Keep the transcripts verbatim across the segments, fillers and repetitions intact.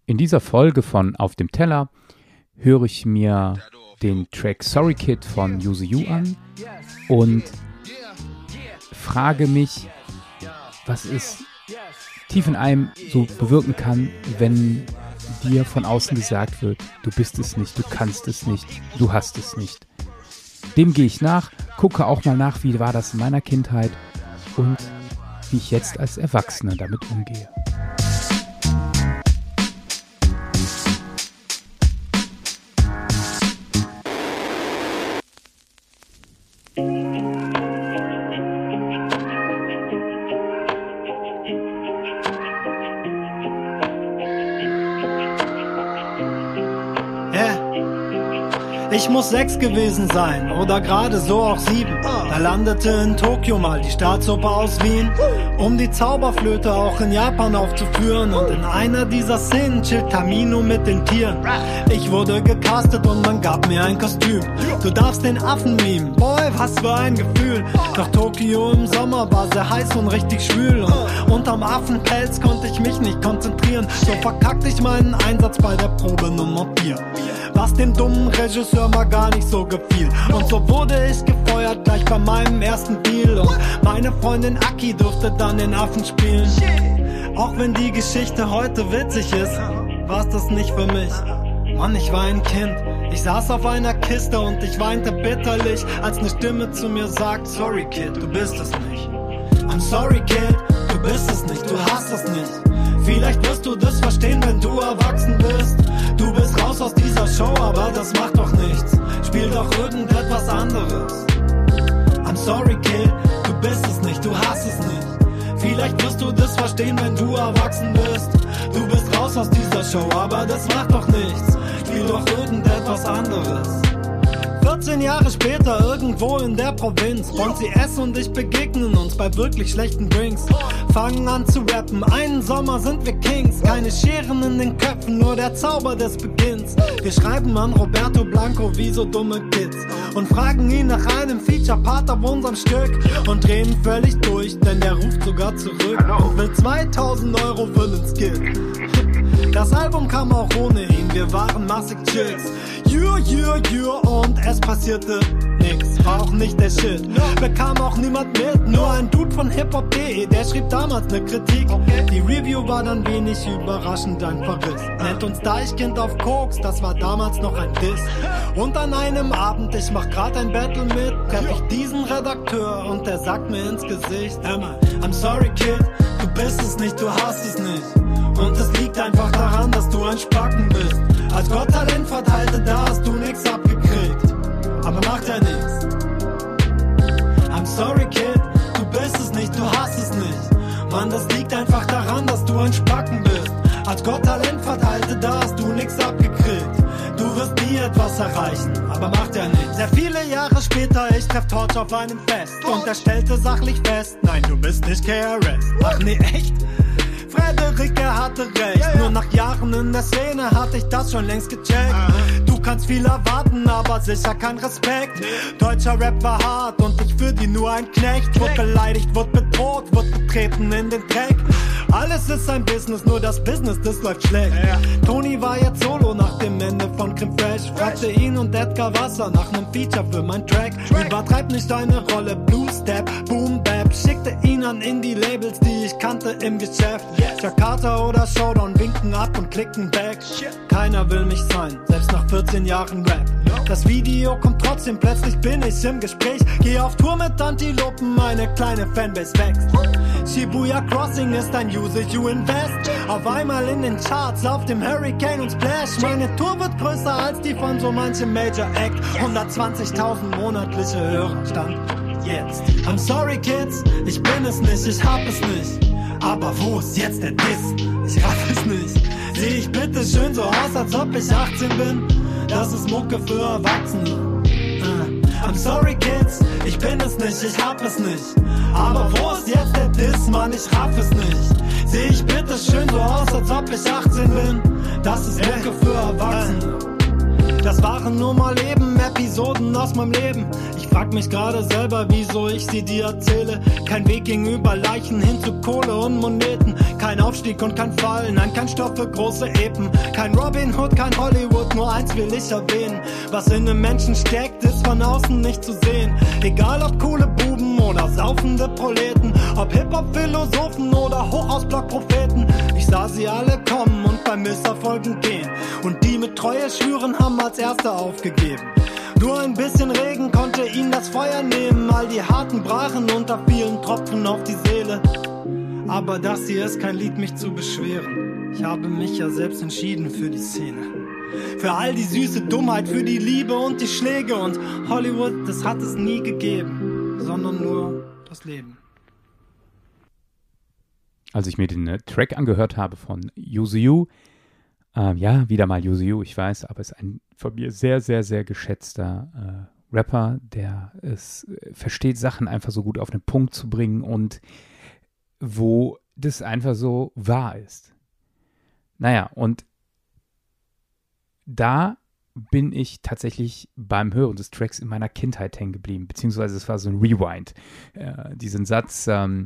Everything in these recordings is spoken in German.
In dieser Folge von Auf dem Teller höre ich mir den Track Sorry Kid von Use You an und frage mich, was es tief in einem so bewirken kann, wenn dir von außen gesagt wird, du bist es nicht, du kannst es nicht, du hast es nicht. Dem gehe ich nach, gucke auch mal nach, wie war das in meiner Kindheit und wie ich jetzt als Erwachsener damit umgehe. Ich muss sechs gewesen sein oder gerade so auch sieben. Da landete in Tokio mal die Staatsoper aus Wien, um die Zauberflöte auch in Japan aufzuführen. Und in einer dieser Szenen chillt Tamino mit den Tieren. Ich wurde gecastet und man gab mir ein Kostüm. Du darfst den Affen mimen, boy, was für ein Gefühl. Doch Tokio im Sommer war sehr heiß und richtig schwül. Und unterm Affenpelz konnte ich mich nicht konzentrieren. So verkackte ich meinen Einsatz bei der Probe Nummer vier. Was dem dummen Regisseur mal gar nicht so gefiel. Und so wurde ich gefeuert gleich bei meinem ersten Deal. Und meine Freundin Aki durfte dann den Affen spielen. Auch wenn die Geschichte heute witzig ist, war's das nicht für mich. Mann, ich war ein Kind. Ich saß auf einer Kiste und ich weinte bitterlich, als eine Stimme zu mir sagt: Sorry Kid, du bist es nicht. I'm sorry Kid, du bist es nicht, du hast es nicht. Vielleicht wirst du das verstehen, wenn du erwachsen bist. Du bist raus aus dieser Show, aber das macht doch nichts. Spiel doch irgendetwas anderes. I'm sorry Kid, du bist es nicht, du hast es nicht. Vielleicht wirst du das verstehen, wenn du erwachsen bist. Du bist raus aus dieser Show, aber das macht doch nichts. Spiel doch irgendetwas anderes. vierzehn Jahre später irgendwo in der Provinz, Bonzi S und ich begegnen uns bei wirklich schlechten Drinks. Fangen an zu rappen, einen Sommer sind wir Kings. Keine Scheren in den Köpfen, nur der Zauber des Beginns. Wir schreiben an Roberto Blanco wie so dumme Kids und fragen ihn nach einem Feature-Part auf unserem Stück und drehen völlig durch, denn der ruft sogar zurück und will zweitausend Euro für den Skit. Das Album kam auch ohne ihn, wir waren massig Chills. Yeah, yeah, yeah, und es passierte nix, war auch nicht der Shit. Bekam auch niemand mit, nur ein Dude von Hip-Hop punkt de, der schrieb damals ne Kritik. Die Review war dann wenig überraschend ein Verriss. Nennt uns Deichkind auf Koks, das war damals noch ein Diss. Und an einem Abend, ich mach grad ein Battle mit, treff ich diesen Redakteur und der sagt mir ins Gesicht: Emma, I'm sorry Kid, du bist es nicht, du hast es nicht. Und es liegt einfach daran, dass du ein Spacken bist. Als Gott Talent verteilte, da hast du nix abgekriegt. Aber macht ja nix. I'm sorry Kid, du bist es nicht, du hast es nicht. Mann, das liegt einfach daran, dass du ein Spacken bist. Als Gott Talent verteilte, da hast du nix abgekriegt. Du wirst nie etwas erreichen, aber macht ja nichts. Sehr viele Jahre später, ich treff Torch auf einem Fest und er stellte sachlich fest: Nein, du bist nicht K R S. Ach nee, echt? Frederik, er hatte recht. Yeah, yeah. Nur nach Jahren in der Szene hatte ich das schon längst gecheckt. Uh-huh. Du kannst viel erwarten, aber sicher kein Respekt. Yeah. Deutscher Rap war hart und ich für die nur ein Knecht. Wurde beleidigt, wurde bedroht, wurde getreten in den Dreck. Alles ist ein Business, nur das Business, das läuft schlecht. Yeah. Toni war jetzt solo nach dem Ende von Creme Fresh. Fragte ihn und Edgar Wasser nach nem Feature für mein Track. Track. Übertreib nicht deine Rolle, Blue Step, Boom Bap. Schickte ihn an Indie-Labels, die ich kannte im Geschäft. Yes. Jakarta oder Showdown winken ab und klicken back. Shit. Keiner will mich sein, selbst nach vierzehn Jahren Rap. No. Das Video kommt trotzdem, plötzlich bin ich im Gespräch. Geh auf Tour mit Antilopen, meine kleine Fanbase wächst. Shibuya Crossing ist ein Use You Invest. Auf einmal in den Charts, auf dem Hurricane und Splash. Meine Tour wird größer als die von so manchem Major Act. hundertzwanzigtausend monatliche Hörer, Stand jetzt. I'm sorry Kids, ich bin es nicht, ich hab es nicht. Aber wo ist jetzt der Diss? Ich raff es nicht. Seh ich bitte schön so aus, als ob ich achtzehn bin? Das ist Mucke für Erwachsene. uh. I'm sorry Kids, ich bin es nicht, ich hab es nicht. Aber wo ist jetzt der Diss, Mann, ich raff es nicht. Seh ich bitte schön so aus, als ob ich achtzehn bin? Das ist Mucke für Erwachsene. Das waren nur mal eben Episoden aus meinem Leben. Ich frag mich gerade selber, wieso ich sie dir erzähle. Kein Weg ging über Leichen hin zu Kohle und Moneten. Kein Aufstieg und kein Fall, nein, kein Stoff für große Epen. Kein Robin Hood, kein Hollywood, nur eins will ich erwähnen. Was in einem Menschen steckt, ist von außen nicht zu sehen. Egal ob coole Buben oder saufende Proleten, ob Hip-Hop-Philosophen oder Hochhausblock-Propheten. Ich sah sie alle kommen und beim Misserfolgen gehen. Und die mit Treue schwören, haben als Erste aufgegeben. Nur ein bisschen Regen konnte ihnen das Feuer nehmen. All die Harten brachen unter vielen Tropfen auf die Seele. Aber das hier ist kein Lied, mich zu beschweren. Ich habe mich ja selbst entschieden für die Szene. Für all die süße Dummheit, für die Liebe und die Schläge. Und Hollywood, das hat es nie gegeben, sondern nur das Leben. Als ich mir den äh, Track angehört habe von Yuzu You, äh, ja, wieder mal Yuzu You, ich weiß, aber ist ein von mir sehr, sehr, sehr geschätzter äh, Rapper, der es äh, versteht, Sachen einfach so gut auf den Punkt zu bringen und wo das einfach so wahr ist. Naja, und da bin ich tatsächlich beim Hören des Tracks in meiner Kindheit hängen geblieben, beziehungsweise es war so ein Rewind. Äh, diesen Satz, ähm,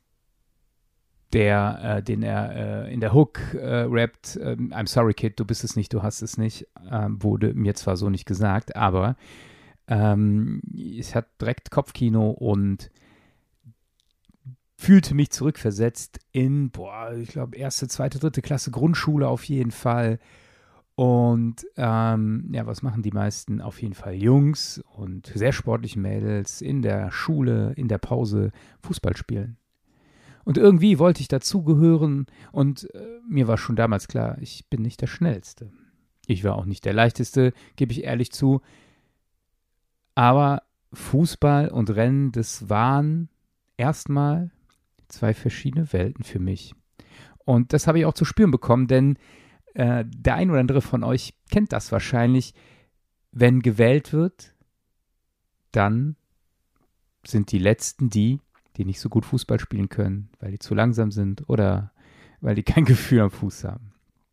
der, äh, den er äh, in der Hook äh, rappt, äh, I'm sorry kid, du bist es nicht, du hast es nicht, äh, wurde mir zwar so nicht gesagt, aber ähm, ich hatte direkt Kopfkino und fühlte mich zurückversetzt in, boah, ich glaube, erste, zweite, dritte Klasse Grundschule auf jeden Fall. Und ähm, ja, was machen die meisten? Auf jeden Fall Jungs und sehr sportliche Mädels in der Schule, in der Pause Fußball spielen. Und irgendwie wollte ich dazugehören und äh, mir war schon damals klar, ich bin nicht der Schnellste. Ich war auch nicht der Leichteste, gebe ich ehrlich zu. Aber Fußball und Rennen, das waren erstmal zwei verschiedene Welten für mich. Und das habe ich auch zu spüren bekommen, denn äh, der ein oder andere von euch kennt das wahrscheinlich. Wenn gewählt wird, dann sind die Letzten die, die nicht so gut Fußball spielen können, weil die zu langsam sind oder weil die kein Gefühl am Fuß haben.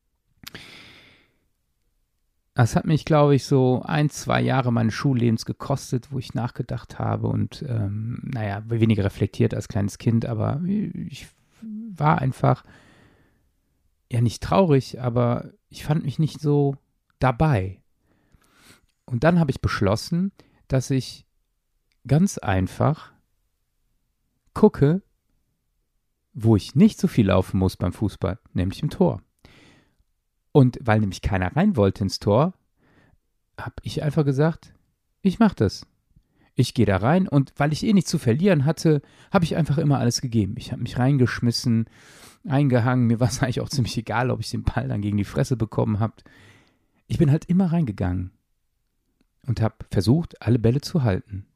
Das hat mich, glaube ich, so ein, zwei Jahre meines Schullebens gekostet, wo ich nachgedacht habe und, ähm, naja, weniger reflektiert als kleines Kind, aber ich war einfach, ja, nicht traurig, aber ich fand mich nicht so dabei. Und dann habe ich beschlossen, dass ich ganz einfach gucke, wo ich nicht so viel laufen muss beim Fußball, nämlich im Tor. Und weil nämlich keiner rein wollte ins Tor, habe ich einfach gesagt, ich mache das. Ich gehe da rein und weil ich eh nichts zu verlieren hatte, habe ich einfach immer alles gegeben. Ich habe mich reingeschmissen, eingehangen, mir war es eigentlich auch ziemlich egal, ob ich den Ball dann gegen die Fresse bekommen habe. Ich bin halt immer reingegangen und habe versucht, alle Bälle zu halten.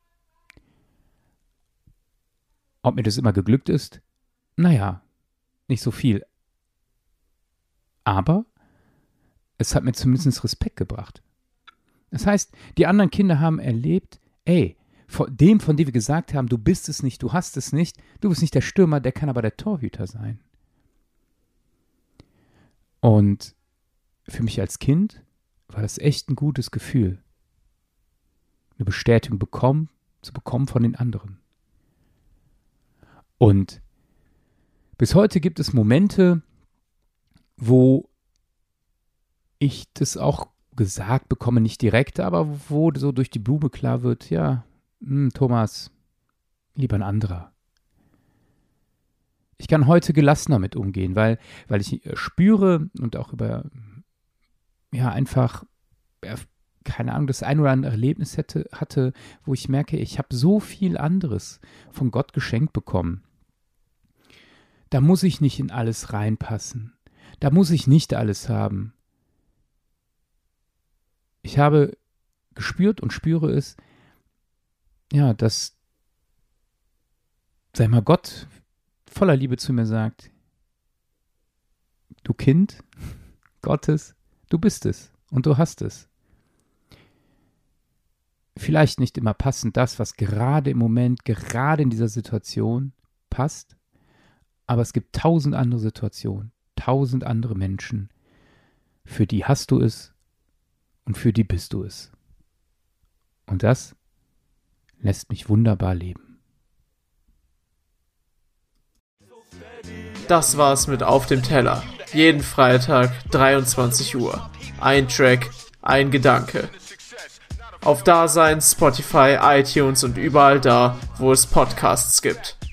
Ob mir das immer geglückt ist? Naja, nicht so viel. Aber es hat mir zumindest Respekt gebracht. Das heißt, die anderen Kinder haben erlebt, ey, von dem, von dem wir gesagt haben, du bist es nicht, du hast es nicht, du bist nicht der Stürmer, der kann aber der Torhüter sein. Und für mich als Kind war das echt ein gutes Gefühl, eine Bestätigung bekommen, zu bekommen von den anderen. Und bis heute gibt es Momente, wo ich das auch gesagt bekomme, nicht direkt, aber wo so durch die Blume klar wird, ja, mh, Thomas, lieber ein anderer. Ich kann heute gelassener mit umgehen, weil, weil ich spüre und auch über, ja, einfach, ja, keine Ahnung, das ein oder andere Erlebnis hätte, hatte, wo ich merke, ich habe so viel anderes von Gott geschenkt bekommen. Da muss ich nicht in alles reinpassen. Da muss ich nicht alles haben. Ich habe gespürt und spüre es, ja, dass, sag mal, Gott voller Liebe zu mir sagt, du Kind Gottes, du bist es und du hast es. Vielleicht nicht immer passend das, was gerade im Moment, gerade in dieser Situation passt, aber es gibt tausend andere Situationen, tausend andere Menschen, für die hast du es Und für die bist du es. Und das lässt mich wunderbar leben. Das war's mit Auf dem Teller. Jeden Freitag, dreiundzwanzig Uhr. Ein Track, ein Gedanke. Auf Dasein, Spotify, iTunes und überall da, wo es Podcasts gibt.